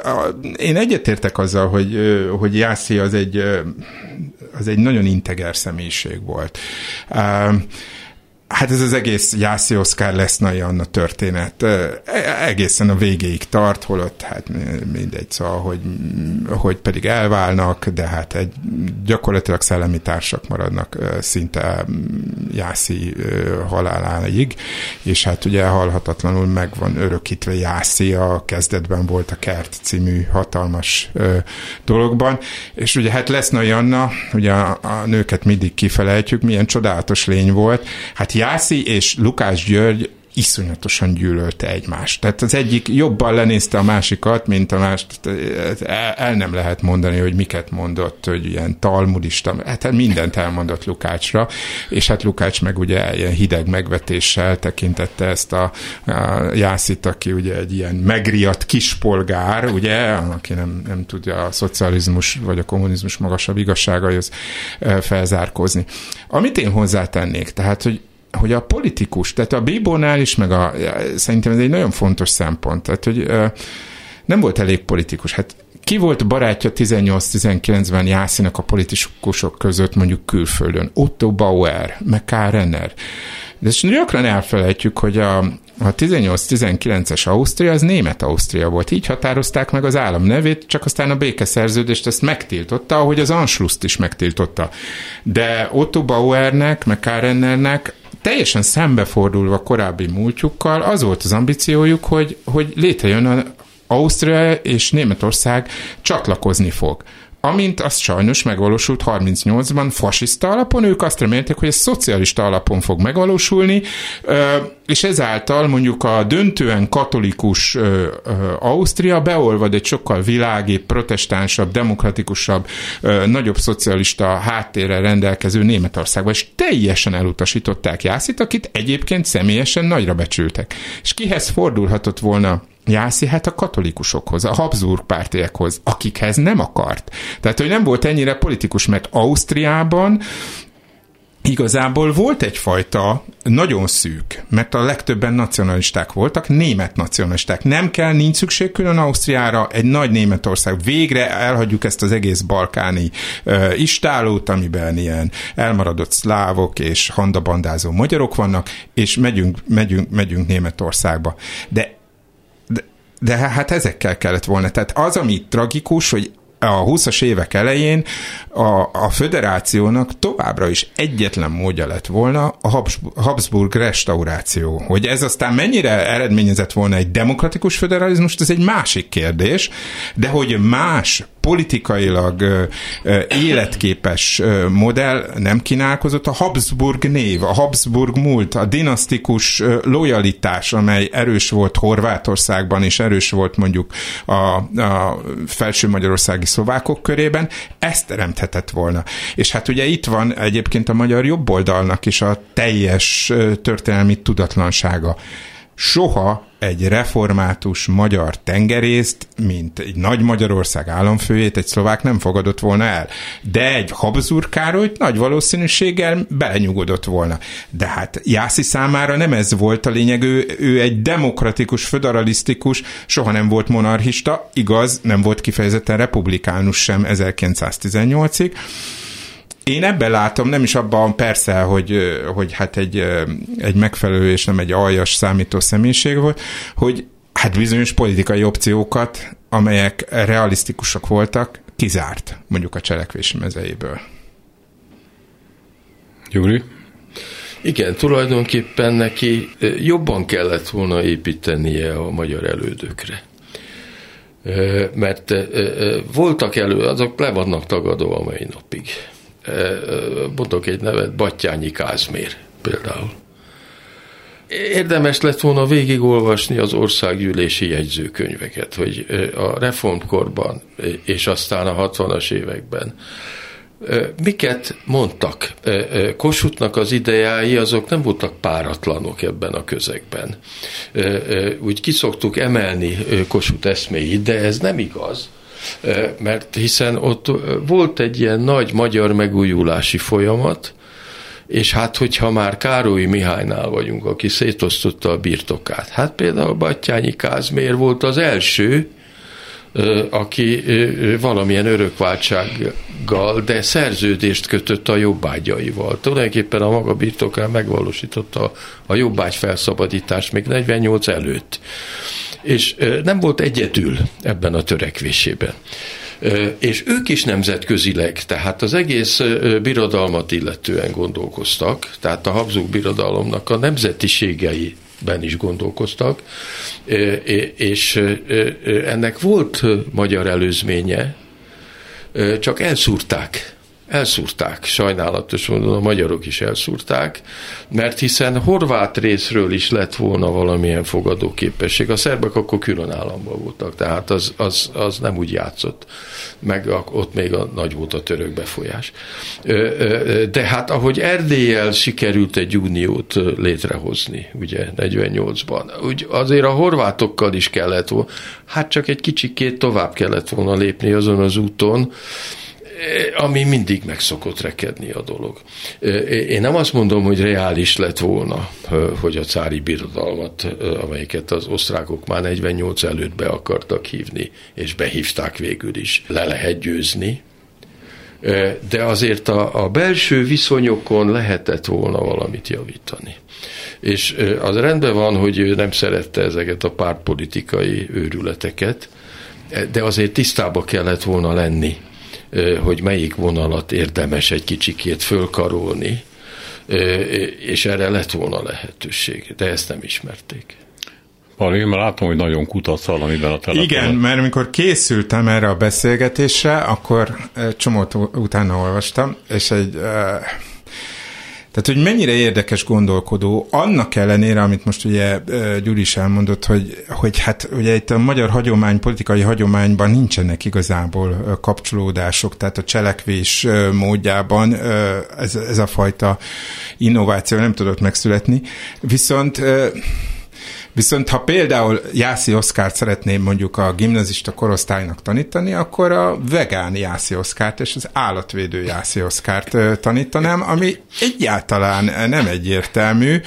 én egyetértek azzal, hogy, hogy Jászi az egy, az egy nagyon integer személyiség volt. Hát ez az egész Jászi Oszkár Lesznai Anna történet egészen a végéig tart, holott hát mindegy, szóval, hogy, hogy pedig elválnak, de hát egy gyakorlatilag szellemi társak maradnak szinte Jászi haláláig, és hát ugye halhatatlanul meg van örökítve Jászi, a kezdetben volt a Kert című hatalmas dologban, és ugye hát Lesznai Anna, ugye a, a nőket mindig kifelejtjük, milyen csodálatos lény volt, hát Jászi és Lukács György iszonyatosan gyűlölte egymást. Tehát az egyik jobban lenézte a másikat, mint a mást. El, el nem lehet mondani, hogy miket mondott, hogy ilyen talmudista, hát mindent elmondott Lukácsra, és hát Lukács meg ugye ilyen hideg megvetéssel tekintette ezt a, a Jászit, aki ugye egy ilyen megriadt kispolgár, ugye, aki nem, nem tudja a szocializmus vagy a kommunizmus magasabb igazságaihoz felzárkózni. Amit én hozzátennék, tehát, hogy hogy a politikus, tehát a Bibónál is, meg a, szerintem ez egy nagyon fontos szempont, tehát, hogy nem volt elég politikus. Hát ki volt barátja tizennyolc-tizenkilencben Jászinak a politikusok között, mondjuk külföldön? Otto Bauer, meg Karl Renner. De gyakran elfelejtjük, hogy a, a tizennyolc-tizenkilences Ausztria az német Ausztria volt. Így határozták meg az állam nevét, csak aztán a békeszerződést ezt megtiltotta, ahogy az Anschlusst is megtiltotta. De Otto Bauernek, meg Karl Rennernek teljesen szembefordulva korábbi múltjukkal az volt az ambíciójuk, hogy, hogy létrejön az Ausztria és Németország csatlakozni fog. Amint az sajnos megvalósult harmincnyolcban fasiszta alapon, ők azt remélték, hogy ez szocialista alapon fog megvalósulni, és ezáltal mondjuk a döntően katolikus Ausztria beolvad egy sokkal világibb, protestánsabb, demokratikusabb, nagyobb szocialista háttérrel rendelkező Németországba, és teljesen elutasították Jászit, akit egyébként személyesen nagyra becsültek. És kihez fordulhatott volna Jászi? Hát a katolikusokhoz, a Habsburg pártiekhoz, akikhez nem akart. Tehát, hogy nem volt ennyire politikus, mert Ausztriában igazából volt egyfajta nagyon szűk, mert a legtöbben nacionalisták voltak, német nacionalisták. Nem kell, nincs szükség külön Ausztriára, egy nagy Németország. Végre elhagyjuk ezt az egész balkáni uh, istálót, amiben ilyen elmaradott szlávok és handabandázó magyarok vannak, és megyünk, megyünk, megyünk Németországba. De De, de hát ezekkel kellett volna. Tehát az, ami tragikus, hogy a húszas évek elején a, a föderációnak továbbra is egyetlen módja lett volna a Habsburg, Habsburg restauráció. Hogy ez aztán mennyire eredményezett volna egy demokratikus föderalizmust, ez egy másik kérdés, de hogy más politikailag ö, ö, életképes ö, modell nem kínálkozott. A Habsburg név, a Habsburg múlt, a dinasztikus ö, lojalitás, amely erős volt Horvátországban, és erős volt mondjuk a, a felső magyarországi szlovákok körében, ezt teremthetett volna. És hát ugye itt van egyébként a magyar jobboldalnak is a teljes ö, történelmi tudatlansága. Soha egy református magyar tengerészt, mint egy nagy Magyarország államfőjét egy szlovák nem fogadott volna el. De egy Habsburg Károlyt nagy valószínűséggel belenyugodott volna. De hát Jászi számára nem ez volt a lényeg, ő, ő egy demokratikus, föderalisztikus, soha nem volt monarchista, igaz, nem volt kifejezetten republikánus sem ezerkilencszáztizennyolcig. Én ebben látom, nem is abban persze, hogy, hogy hát egy, egy megfelelő és nem egy aljas számító személyiség volt, hogy hát bizonyos politikai opciókat, amelyek realisztikusak voltak, kizárt mondjuk a cselekvési mezejéből. Gyuri? Igen, tulajdonképpen neki jobban kellett volna építenie a magyar elődökre. Mert voltak elő, azok le vannak tagadva a mai napig. Mondok egy nevet, Batthyány Kázmér például. Érdemes lett volna végigolvasni az országgyűlési jegyzőkönyveket, hogy a reformkorban és aztán a hatvanas években miket mondtak. Kossuthnak az ideái azok nem voltak páratlanok ebben a közegben. Úgy kiszoktuk emelni Kossuth eszméit, de ez nem igaz, mert hiszen ott volt egy ilyen nagy magyar megújulási folyamat, és hát, hogyha már Károly Mihálynál vagyunk, aki szétosztotta a birtokát. Hát például Batthyány Kázmér volt az első, aki valamilyen örökváltsággal, de szerződést kötött a jobbágyaival. Tulajdonképpen a maga birtokán megvalósította a jobbágy felszabadítást még negyvennyolc előtt. És nem volt egyedül ebben a törekvésében. És ők is nemzetközileg, tehát az egész birodalmat illetően gondolkoztak, tehát a Habsburg birodalomnak a nemzetiségeiben is gondolkoztak, és ennek volt magyar előzménye, csak elszúrták. Elszúrták, sajnálatos módon a magyarok is elszúrták, mert hiszen horvát részről is lett volna valamilyen fogadóképesség. A szerbek akkor külön államban voltak, tehát az, az, az nem úgy játszott, meg ott még a, nagy volt a török befolyás. De hát ahogy Erdéllyel sikerült egy uniót létrehozni, ugye negyvennyolcban, úgy azért a horvátokkal is kellett volna, hát csak egy kicsikét tovább kellett volna lépni azon az úton, ami mindig meg szokott rekedni a dolog. Én nem azt mondom, hogy reális lett volna, hogy a cári birodalmat, amelyiket az osztrákok már negyvennyolc előtt be akartak hívni, és behívták végül is, le lehet győzni. de azért a, a belső viszonyokon lehetett volna valamit javítani. És az rendben van, hogy ő nem szerette ezeket a pártpolitikai őrületeket, de azért tisztába kellett volna lenni, hogy melyik vonalat érdemes egy kicsikét fölkarolni, és erre lett volna lehetőség, de ezt nem ismerték. Pali, én már látom, hogy nagyon kutatsz valamiben a telefonon. Igen, mert amikor készültem erre a beszélgetésre, akkor csomót utána olvastam, és egy... Tehát, hogy mennyire érdekes gondolkodó, annak ellenére, amit most ugye Gyuri is elmondott, hogy, hogy hát ugye itt a magyar hagyomány, politikai hagyományban nincsenek igazából kapcsolódások, tehát a cselekvés módjában ez, ez a fajta innováció nem tudott megszületni. Viszont... Viszont ha például Jászi Oszkárt szeretném mondjuk a gimnazista korosztálynak tanítani, akkor a vegán Jászi Oszkárt és az állatvédő Jászi Oszkárt tanítanám, ami egyáltalán nem egyértelmű,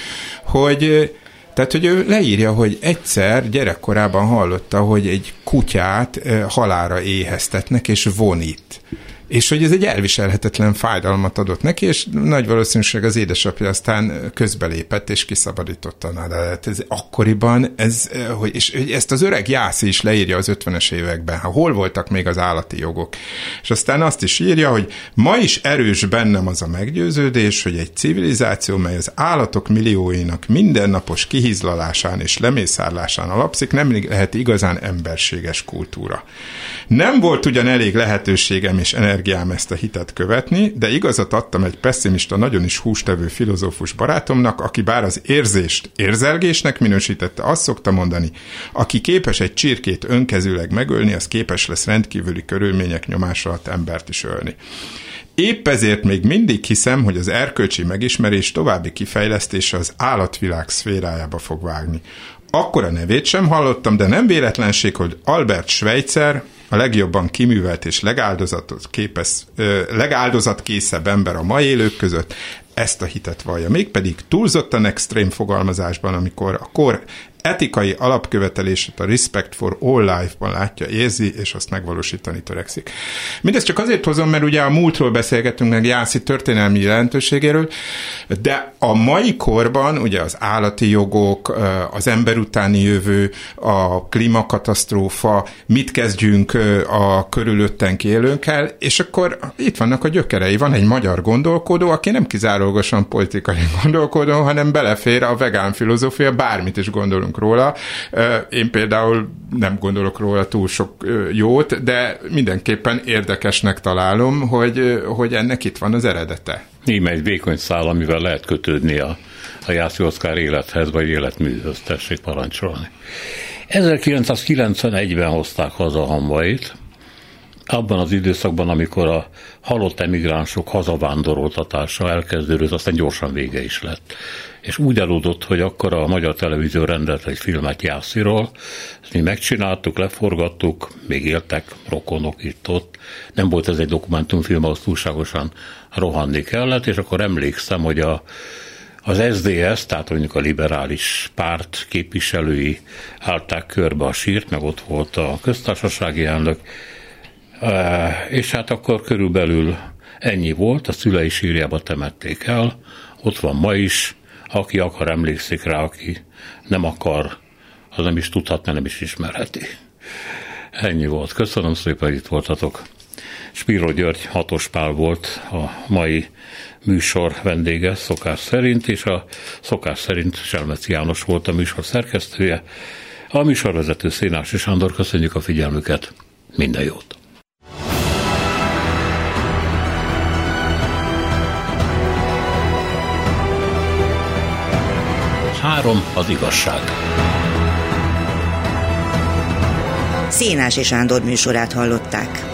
hogy tehát, hogy ő leírja, hogy egyszer gyerekkorában hallotta, hogy egy kutyát halálra éheztetnek és vonít. És hogy ez egy elviselhetetlen fájdalmat adott neki, és nagy valószínűség az édesapja aztán közbelépett, és kiszabadította. Na, de ez akkoriban, ez, hogy, és ezt az öreg Jászi is leírja az ötvenes években, ha hol voltak még az állati jogok. És aztán azt is írja, hogy ma is erős bennem az a meggyőződés, hogy egy civilizáció, mely az állatok millióinak mindennapos kihizlalásán és lemészárlásán alapszik, nem lehet igazán emberséges kultúra. Nem volt ugyan elég lehetőségem és energiám ezt a hitet követni, de igazat adtam egy pesszimista, nagyon is hústevő filozófus barátomnak, aki bár az érzést érzelgésnek minősítette, azt szokta mondani, aki képes egy csirkét önkezűleg megölni, az képes lesz rendkívüli körülmények nyomás alatt embert is ölni. Épp ezért még mindig hiszem, hogy az erkölcsi megismerés további kifejlesztése az állatvilág szférájába fog vágni. Akkor a nevét sem hallottam, de nem véletlenség, hogy Albert Schweitzer, a legjobban kiművelt és legáldozatot képes, legáldozatkészebb ember a mai élők között, ezt a hitet vallja. Mégpedig túlzottan extrém fogalmazásban, amikor a kor etikai alapkövetelését a Respect for All Life-ban látja, érzi, és azt megvalósítani törekszik. Mindezt csak azért hozom, mert ugye a múltról beszélgetünk meg Jászi történelmi jelentőségéről, de a mai korban ugye az állati jogok, az ember utáni jövő, a klímakatasztrófa, mit kezdjünk a körülöttünk élőnkkel, és akkor itt vannak a gyökerei. Van egy magyar gondolkodó, aki nem kizárólagosan politikai gondolkodó, hanem belefér a vegán filozófia, bármit is gondolunk róla. Én például nem gondolok róla túl sok jót, de mindenképpen érdekesnek találom, hogy, hogy ennek itt van az eredete. Íme egy vékony szál, amivel lehet kötődni a, a Jászi Oszkár élethez, vagy életműhöz, tessék parancsolni. ezerkilencszázkilencvenegyben hozták haza Hamvait, abban az időszakban, amikor a halott emigránsok hazavándoroltatása elkezdődött, aztán gyorsan vége is lett. És úgy adódott, hogy akkor a Magyar Televízió rendelt egy filmet Jásziról, ezt mi megcsináltuk, leforgattuk, még éltek rokonok itt-ott. Nem volt ez egy dokumentumfilm, ahhoz túlságosan rohanni kellett, és akkor emlékszem, hogy a, az es zé es, tehát mondjuk a liberális párt képviselői állták körbe a sírt, meg ott volt a köztársasági elnök, és hát akkor körülbelül ennyi volt, a szülei sírjába temették el, ott van ma is, aki akar, emlékszik rá, aki nem akar, az nem is tudhat, nem is ismerheti. Ennyi volt. Köszönöm szépen, hogy itt voltatok. Spiro György, Hatos Pál volt a mai műsor vendége szokás szerint, és a szokás szerint Selmeci János volt a műsor szerkesztője. A műsorvezető Szénási Sándor, köszönjük a figyelmüket. Minden jót! Három az igazság. Szénási Sándor műsorát hallották.